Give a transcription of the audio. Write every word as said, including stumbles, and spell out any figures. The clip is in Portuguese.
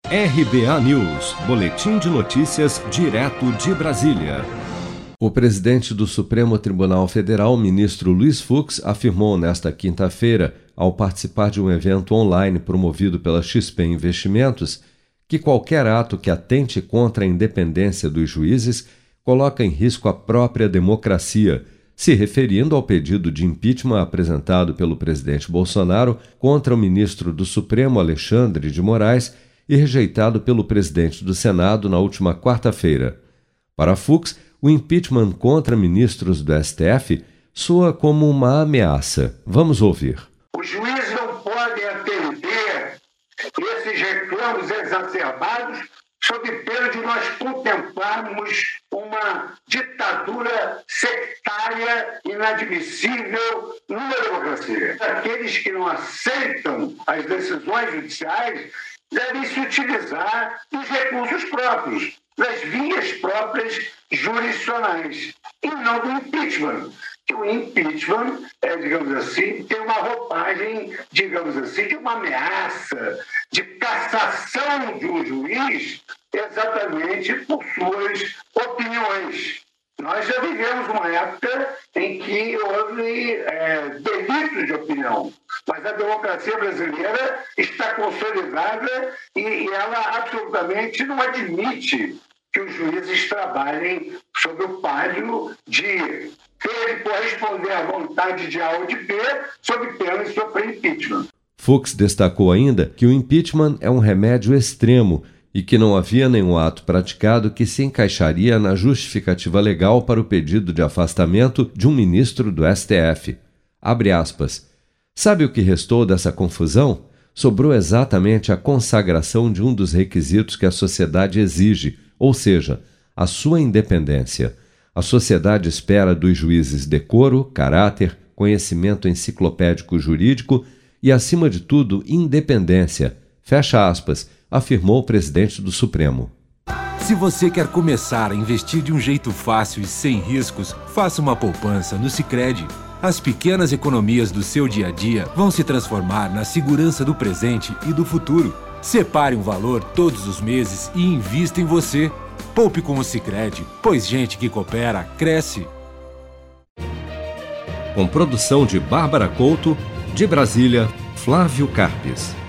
R B A News, boletim de notícias direto de Brasília. O presidente do Supremo Tribunal Federal, ministro Luiz Fux, afirmou nesta quinta-feira, ao participar de um evento online promovido pela X P Investimentos, que qualquer ato que atente contra a independência dos juízes coloca em risco a própria democracia, se referindo ao pedido de impeachment apresentado pelo presidente Bolsonaro contra o ministro do Supremo, Alexandre de Moraes, e rejeitado pelo presidente do Senado na última quarta-feira. Para Fux, o impeachment contra ministros do S T F soa como uma ameaça. Vamos ouvir. Os juízes não podem atender esses reclamos exacerbados sob pena de nós contemplarmos uma ditadura sectária inadmissível numa democracia. Aqueles que não aceitam as decisões judiciais devem se utilizar dos recursos próprios, das vias próprias jurisdicionais, e não do impeachment. Que o impeachment, é, digamos assim, tem uma roupagem, digamos assim, de uma ameaça, de cassação de um juiz exatamente por suas opiniões. Nós já vivemos uma época em que houve é, delitos de opinião, mas a democracia brasileira está consolidada e, e ela absolutamente não admite que os juízes trabalhem sob o pálio de ter de corresponder à vontade de A ou de B sob pena de sofrer impeachment. Fux destacou ainda que o impeachment é um remédio extremo e que não havia nenhum ato praticado que se encaixaria na justificativa legal para o pedido de afastamento de um ministro do S T F. Abre aspas. Sabe o que restou dessa confusão? Sobrou exatamente a consagração de um dos requisitos que a sociedade exige, ou seja, a sua independência. A sociedade espera dos juízes decoro, caráter, conhecimento enciclopédico jurídico e, acima de tudo, independência. Fecha aspas, afirmou o presidente do Supremo. Se você quer começar a investir de um jeito fácil e sem riscos, faça uma poupança no Sicredi. As pequenas economias do seu dia a dia vão se transformar na segurança do presente e do futuro. Separe um valor todos os meses e invista em você. Poupe com o Sicredi, pois gente que coopera, cresce. Com produção de Bárbara Couto, de Brasília, Flávio Carpes.